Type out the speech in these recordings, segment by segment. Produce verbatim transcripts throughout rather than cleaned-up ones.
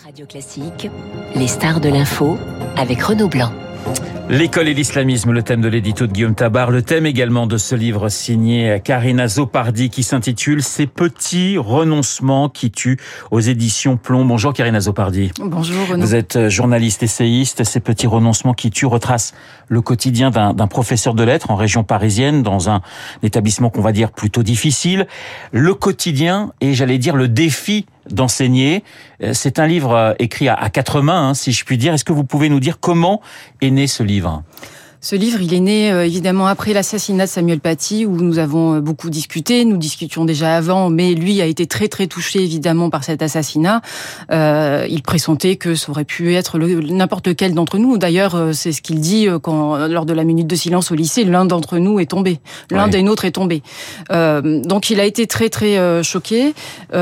Radio Classique, les stars de l'info avec Renaud Blanc. L'école et l'islamisme, le thème de l'édito de Guillaume Tabar, le thème également de ce livre signé Karina Zopardi qui s'intitule « Ces petits renoncements qui tuent » aux éditions Plomb. Bonjour Karina Zopardi. Bonjour Renaud. Vous êtes journaliste essayiste. Ces petits renoncements qui tuent retracent le quotidien d'un, d'un professeur de lettres en région parisienne dans un établissement qu'on va dire plutôt difficile. Le quotidien et j'allais dire le défi d'enseigner. C'est un livre écrit à quatre mains, hein, si je puis dire. Est-ce que vous pouvez nous dire comment est né ce livre ? Ce livre, il est né euh, évidemment après l'assassinat de Samuel Paty, où nous avons beaucoup discuté. Nous discutions déjà avant, mais lui a été très très touché évidemment par cet assassinat. Euh, il pressentait que ça aurait pu être le, n'importe lequel d'entre nous. D'ailleurs, c'est ce qu'il dit quand, lors de la minute de silence au lycée, l'un d'entre nous est tombé, l'un ouais. des nôtres est tombé. Euh, donc il a été très très euh, choqué.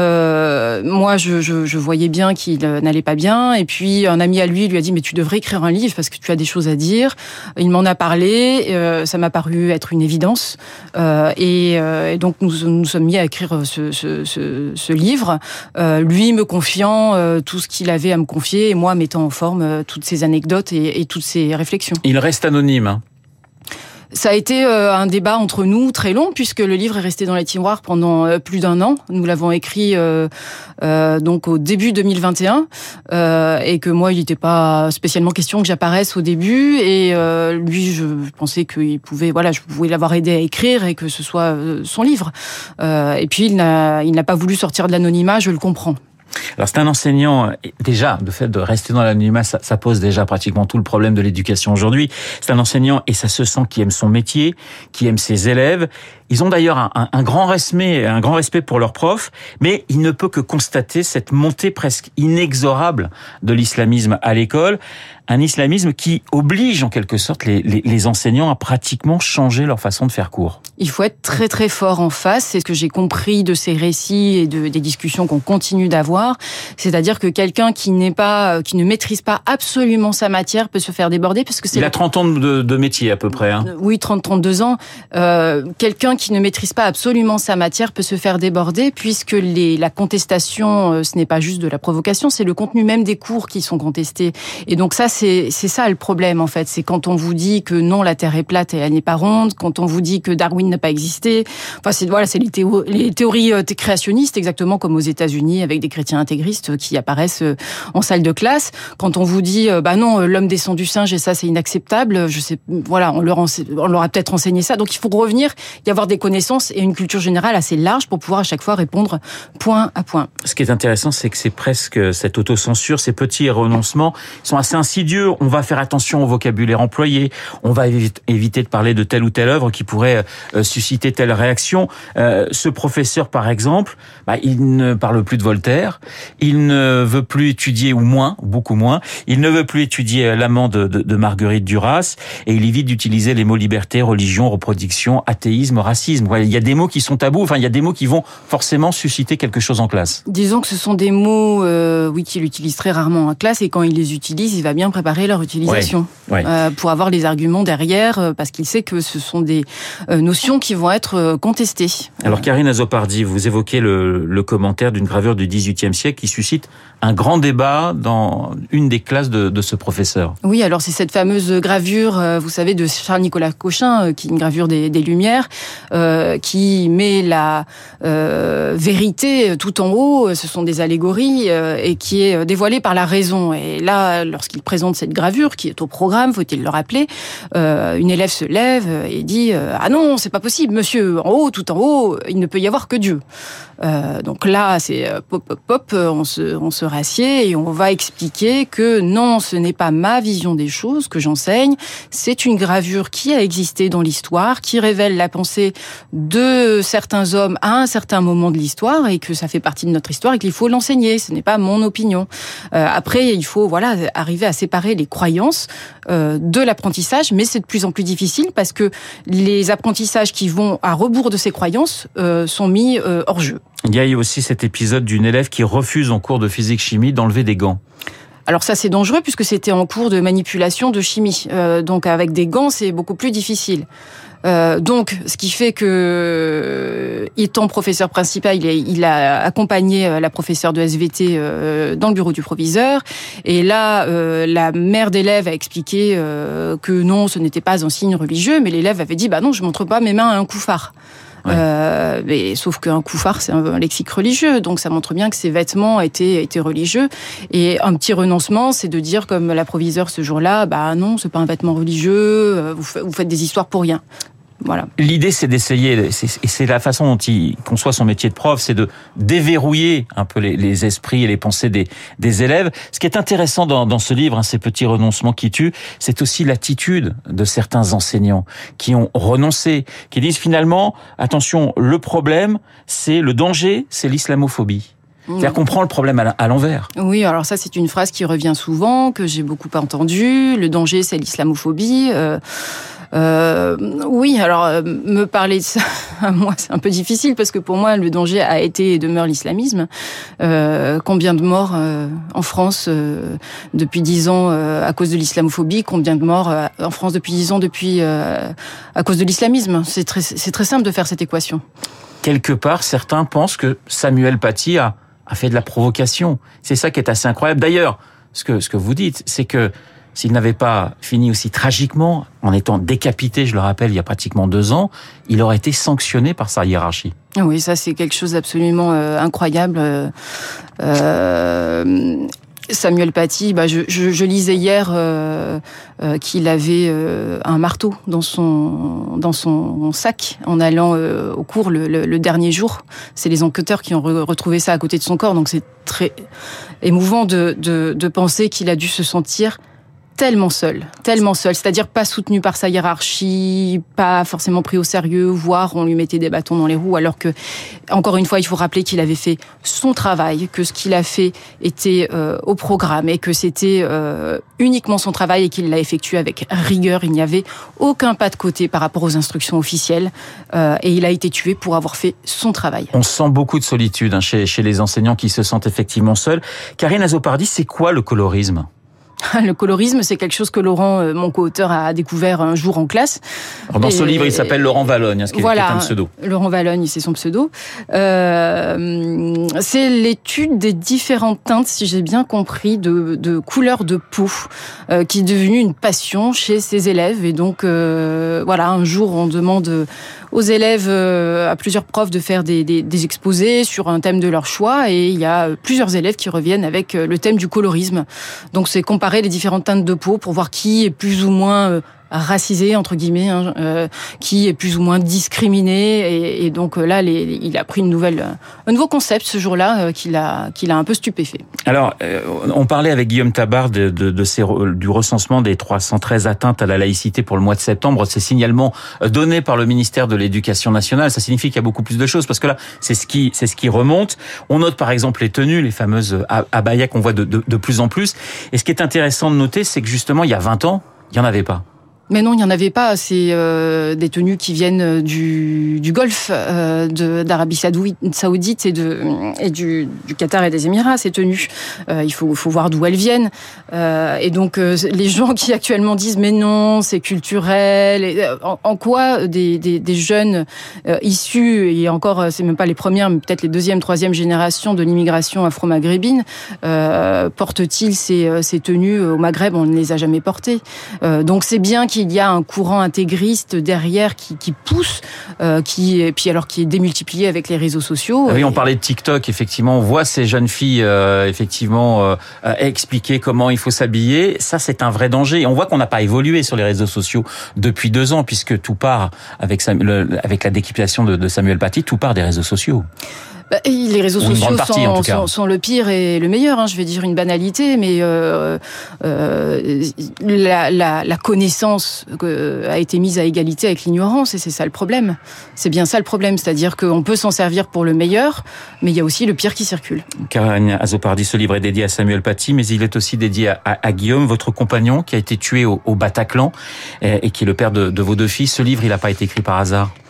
Euh, moi, je, je, je voyais bien qu'il n'allait pas bien. Et puis un ami à lui lui a dit mais tu devrais écrire un livre parce que tu as des choses à dire. Il m'en a parlé, euh, ça m'a paru être une évidence, euh, et, euh, et donc nous nous sommes mis à écrire ce, ce, ce, ce livre, euh, lui me confiant euh, tout ce qu'il avait à me confier, et moi mettant en forme euh, toutes ces anecdotes et, et toutes ces réflexions. Il reste anonyme, hein. Ça a été euh, un débat entre nous très long, puisque le livre est resté dans les tiroirs pendant euh, plus d'un an. Nous l'avons écrit euh, euh, donc au début deux mille vingt et un, euh, et que moi, il n'était pas spécialement question que j'apparaisse au début. Et euh, lui, je pensais qu'il pouvait, voilà, je pouvais l'avoir aidé à écrire et que ce soit euh, son livre. Euh, et puis, il n'a, il n'a pas voulu sortir de l'anonymat, je le comprends. Alors c'est un enseignant, déjà, le fait de rester dans l'anonymat, ça, ça pose déjà pratiquement tout le problème de l'éducation aujourd'hui. C'est un enseignant, et ça se sent, qui aime son métier, qui aime ses élèves. Ils ont d'ailleurs un, un, un grand respect, un grand respect pour leurs profs, mais il ne peut que constater cette montée presque inexorable de l'islamisme à l'école. Un islamisme qui oblige en quelque sorte les, les, les enseignants à pratiquement changer leur façon de faire cours. Il faut être très très fort en face, c'est ce que j'ai compris de ces récits et de, des discussions qu'on continue d'avoir. C'est-à-dire que quelqu'un qui n'est pas, qui ne maîtrise pas absolument sa matière peut se faire déborder parce que c'est. Il a trente ans de, de métier à peu près. Hein. Oui, trente, trente-deux ans. Euh, quelqu'un qui ne maîtrise pas absolument sa matière peut se faire déborder puisque les, la contestation, ce n'est pas juste de la provocation, c'est le contenu même des cours qui sont contestés. Et donc ça, c'est, c'est ça le problème en fait. C'est quand on vous dit que non, la Terre est plate et elle n'est pas ronde, quand on vous dit que Darwin n'a pas existé. Enfin, c'est voilà, c'est les, théo- les théories créationnistes, exactement comme aux États-Unis avec des chrétiens intégristes qui apparaissent en salle de classe. Quand on vous dit, bah non, l'homme descend du singe et ça c'est inacceptable. Je sais, voilà, on leur, ense- on leur a peut-être enseigné ça. Donc il faut revenir, y avoir des connaissances et une culture générale assez large pour pouvoir à chaque fois répondre point à point. Ce qui est intéressant, c'est que c'est presque cette autocensure, ces petits renoncements sont assez insidieux. On va faire attention au vocabulaire employé, on va éviter de parler de telle ou telle œuvre qui pourrait susciter telle réaction. Euh, ce professeur, par exemple, bah, il ne parle plus de Voltaire, il ne veut plus étudier, ou moins, beaucoup moins, il ne veut plus étudier l'amant de, de, de Marguerite Duras, et il évite d'utiliser les mots liberté, religion, reproduction, athéisme, racisme. Il y a des mots qui sont tabous, enfin il y a des mots qui vont forcément susciter quelque chose en classe. Disons que ce sont des mots euh, oui, qu'il utilise très rarement en classe, et quand il les utilise, il va bien préparer leur utilisation. Ouais, ouais. Euh, pour avoir les arguments derrière, euh, parce qu'il sait que ce sont des euh, notions qui vont être euh, contestées. Alors Karina Zopardi, vous évoquez le, le commentaire d'une gravure du dix-huitième siècle qui suscite un grand débat dans une des classes de, de ce professeur. Oui, alors c'est cette fameuse gravure, euh, vous savez, de Charles-Nicolas Cochin, euh, qui est une gravure des, des Lumières, euh, qui met la euh, vérité tout en haut, ce sont des allégories, euh, et qui est dévoilée par la raison. Et là, lorsqu'il présente cette gravure, qui est au programme, faut-il le rappeler, euh, une élève se lève et dit euh, « Ah non, c'est pas possible, monsieur, en haut, tout en haut, il ne peut y avoir que Dieu ». Euh, donc là, c'est pop, pop, pop, on se, on se rassied et on va expliquer que non, ce n'est pas ma vision des choses que j'enseigne, c'est une gravure qui a existé dans l'histoire, qui révèle la pensée de certains hommes à un certain moment de l'histoire et que ça fait partie de notre histoire et qu'il faut l'enseigner, ce n'est pas mon opinion. Euh, après, il faut voilà arriver à séparer les croyances euh, de l'apprentissage, mais c'est de plus en plus difficile parce que les apprentissages qui vont à rebours de ces croyances euh, sont mis euh, hors jeu. Il y a eu aussi cet épisode d'une élève qui refuse en cours de physique-chimie d'enlever des gants. Alors ça, c'est dangereux puisque c'était en cours de manipulation de chimie. Euh, donc avec des gants, c'est beaucoup plus difficile. Euh, donc, ce qui fait que, étant professeur principal, il a, il a accompagné la professeure de S V T euh, dans le bureau du proviseur. Et là, euh, la mère d'élève a expliqué euh, que non, ce n'était pas un signe religieux, mais l'élève avait dit, bah non, je montre pas mes mains à un couffard. Ouais. Euh, mais sauf qu'un couffard, c'est un lexique religieux, donc ça montre bien que ses vêtements étaient, étaient religieux. Et un petit renoncement, c'est de dire, comme la proviseure ce jour-là, bah non, c'est pas un vêtement religieux, vous, vous faites des histoires pour rien. Voilà. L'idée, c'est d'essayer, et c'est, c'est la façon dont il conçoit son métier de prof, c'est de déverrouiller un peu les, les esprits et les pensées des, des élèves. Ce qui est intéressant dans, dans ce livre, hein, ces petits renoncements qui tuent, c'est aussi l'attitude de certains enseignants qui ont renoncé, qui disent finalement, attention, le problème, c'est le danger, c'est l'islamophobie. C'est-à-dire qu'on prend le problème à l'envers. Oui, alors ça, c'est une phrase qui revient souvent, que j'ai beaucoup entendue. Le danger, c'est l'islamophobie. Euh... Euh, oui, alors euh, me parler de ça, moi, c'est un peu difficile parce que pour moi, le danger a été et demeure l'islamisme. Euh, combien de morts euh, en France euh, depuis dix ans euh, à cause de l'islamophobie? Combien de morts euh, en France depuis dix ans depuis euh, à cause de l'islamisme? C'est très, c'est très simple de faire cette équation. Quelque part, certains pensent que Samuel Paty a, a fait de la provocation. C'est ça qui est assez incroyable. D'ailleurs, ce que ce que vous dites, c'est que s'il n'avait pas fini aussi tragiquement, en étant décapité, je le rappelle, il y a pratiquement deux ans, il aurait été sanctionné par sa hiérarchie. Oui, ça c'est quelque chose d'absolument euh, incroyable. Euh, Samuel Paty, bah, je, je, je lisais hier euh, euh, qu'il avait euh, un marteau dans son dans son sac en allant euh, au cours le, le, le dernier jour. C'est les enquêteurs qui ont re- retrouvé ça à côté de son corps, donc c'est très émouvant de, de, de penser qu'il a dû se sentir tellement seul, tellement seul, c'est-à-dire pas soutenu par sa hiérarchie, pas forcément pris au sérieux, voire on lui mettait des bâtons dans les roues, alors que, encore une fois, il faut rappeler qu'il avait fait son travail, que ce qu'il a fait était euh, au programme et que c'était euh, uniquement son travail et qu'il l'a effectué avec rigueur. Il n'y avait aucun pas de côté par rapport aux instructions officielles euh, et il a été tué pour avoir fait son travail. On sent beaucoup de solitude hein, chez, chez les enseignants qui se sentent effectivement seuls. Karine Azzopardi, c'est quoi le colorisme ? Le colorisme, c'est quelque chose que Laurent, mon co-auteur, a découvert un jour en classe. Alors dans et ce livre, il s'appelle Laurent Vallogne, ce qui voilà, est un pseudo. Laurent Vallogne, c'est son pseudo. Euh, c'est l'étude des différentes teintes, si j'ai bien compris, de, de couleurs de peau, euh, qui est devenue une passion chez ses élèves. Et donc, euh, voilà, un jour, on demande aux élèves, euh, à plusieurs profs, de faire des, des, des exposés sur un thème de leur choix. Et il y a plusieurs élèves qui reviennent avec le thème du colorisme. Donc, c'est comparer les différentes teintes de peau pour voir qui est plus ou moins euh, racisé, entre guillemets, hein, euh, qui est plus ou moins discriminé. Et, et donc là, les, il a pris une nouvelle, un nouveau concept ce jour-là euh, qui l'a, qui l'a un peu stupéfait. Alors, euh, on parlait avec Guillaume Tabar de, de, de ces, du recensement des trois cent treize atteintes à la laïcité pour le mois de septembre. Ces signalements donnés par le ministère de l'Éducation nationale, ça signifie qu'il y a beaucoup plus de choses parce que là, c'est ce qui, c'est ce qui remonte. On note par exemple les tenues, les fameuses abayas qu'on voit de, de, de plus en plus. Et ce qui est intéressant de noter, c'est que justement, il y a vingt ans, il n'y en avait pas. Mais non, il n'y en avait pas. C'est euh, des tenues qui viennent du, du Golfe, euh, de, d'Arabie Saoudite et, de, et du, du Qatar et des Émirats, ces tenues. Euh, il faut, faut voir d'où elles viennent. Euh, et donc, euh, les gens qui actuellement disent « mais non, c'est culturel », et, en, en quoi des, des, des jeunes euh, issus, et encore, c'est même pas les premières, mais peut-être les deuxième, troisième générations de l'immigration afro-maghrébine, euh, portent-ils ces, ces tenues au Maghreb? On ne les a jamais portées. Euh, donc, c'est bien qu'il il y a un courant intégriste derrière qui, qui pousse, euh, qui et puis alors qui est démultiplié avec les réseaux sociaux. Oui, on parlait de TikTok. Effectivement, on voit ces jeunes filles euh, effectivement euh, expliquer comment il faut s'habiller. Ça, c'est un vrai danger. Et on voit qu'on n'a pas évolué sur les réseaux sociaux depuis deux ans, puisque tout part avec le, avec la décaptation de, de Samuel Paty, tout part des réseaux sociaux. Bah, les réseaux Ou sociaux partie, sont, sont, sont le pire et le meilleur. Hein, je vais dire une banalité, mais euh, euh, la, la, la connaissance a été mise à égalité avec l'ignorance, et c'est ça le problème. C'est bien ça le problème, c'est-à-dire qu'on peut s'en servir pour le meilleur, mais il y a aussi le pire qui circule. Karine Azzopardi, ce livre est dédié à Samuel Paty, mais il est aussi dédié à, à, à Guillaume, votre compagnon, qui a été tué au, au Bataclan et, et qui est le père de, de vos deux filles. Ce livre, il n'a pas été écrit par hasard.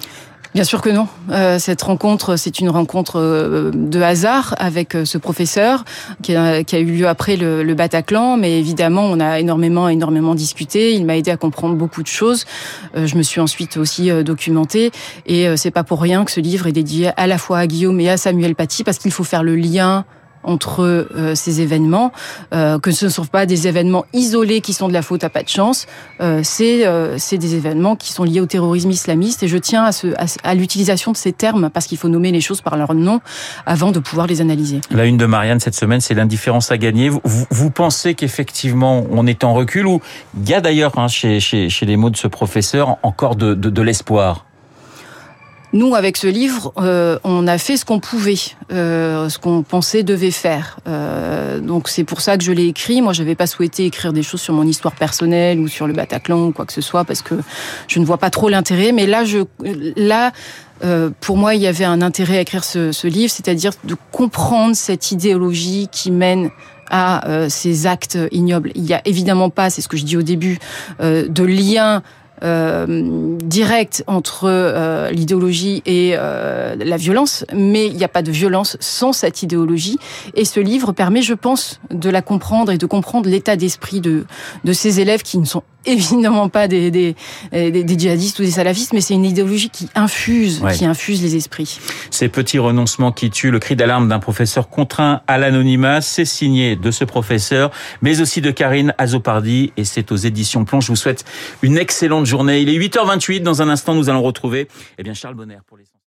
Bien sûr que non. Euh, cette rencontre, c'est une rencontre euh, de hasard avec euh, ce professeur qui a, qui a eu lieu après le, le Bataclan, mais évidemment, on a énormément, énormément discuté. Il m'a aidé à comprendre beaucoup de choses. Euh, je me suis ensuite aussi euh, documentée, et euh, c'est pas pour rien que ce livre est dédié à la fois à Guillaume et à Samuel Paty, parce qu'il faut faire le lien entre euh, ces événements, euh, que ce ne sont pas des événements isolés qui sont de la faute à pas de chance, euh, c'est euh, c'est des événements qui sont liés au terrorisme islamiste, et je tiens à, ce, à, à l'utilisation de ces termes, parce qu'il faut nommer les choses par leur nom avant de pouvoir les analyser. La une de Marianne cette semaine, c'est l'indifférence à gagner. Vous, vous pensez qu'effectivement on est en recul, ou il y a d'ailleurs hein, chez, chez, chez les mots de ce professeur encore de, de, de l'espoir? Nous, avec ce livre, euh, on a fait ce qu'on pouvait, euh, ce qu'on pensait devait faire. Euh, donc c'est pour ça que je l'ai écrit. Moi, je n'avais pas souhaité écrire des choses sur mon histoire personnelle ou sur le Bataclan ou quoi que ce soit, parce que je ne vois pas trop l'intérêt. Mais là, je, là, euh, pour moi, il y avait un intérêt à écrire ce, ce livre, c'est-à-dire de comprendre cette idéologie qui mène à euh, ces actes ignobles. Il y a évidemment pas, c'est ce que je dis au début, euh, de lien Euh, direct entre euh, l'idéologie et euh, la violence, mais il n'y a pas de violence sans cette idéologie. Et ce livre permet, je pense, de la comprendre et de comprendre l'état d'esprit de de ces élèves qui ne sont évidemment pas des des, des, des djihadistes ou des salafistes, mais c'est une idéologie qui infuse, ouais. qui infuse les esprits. Ces petits renoncements qui tuent, le cri d'alarme d'un professeur contraint à l'anonymat, c'est signé de ce professeur, mais aussi de Karine Azopardi, et c'est aux éditions Plonge. Je vous souhaite une excellente journée. Il est huit heures vingt-huit. Dans un instant, nous allons retrouver eh bien Charles Bonner pour les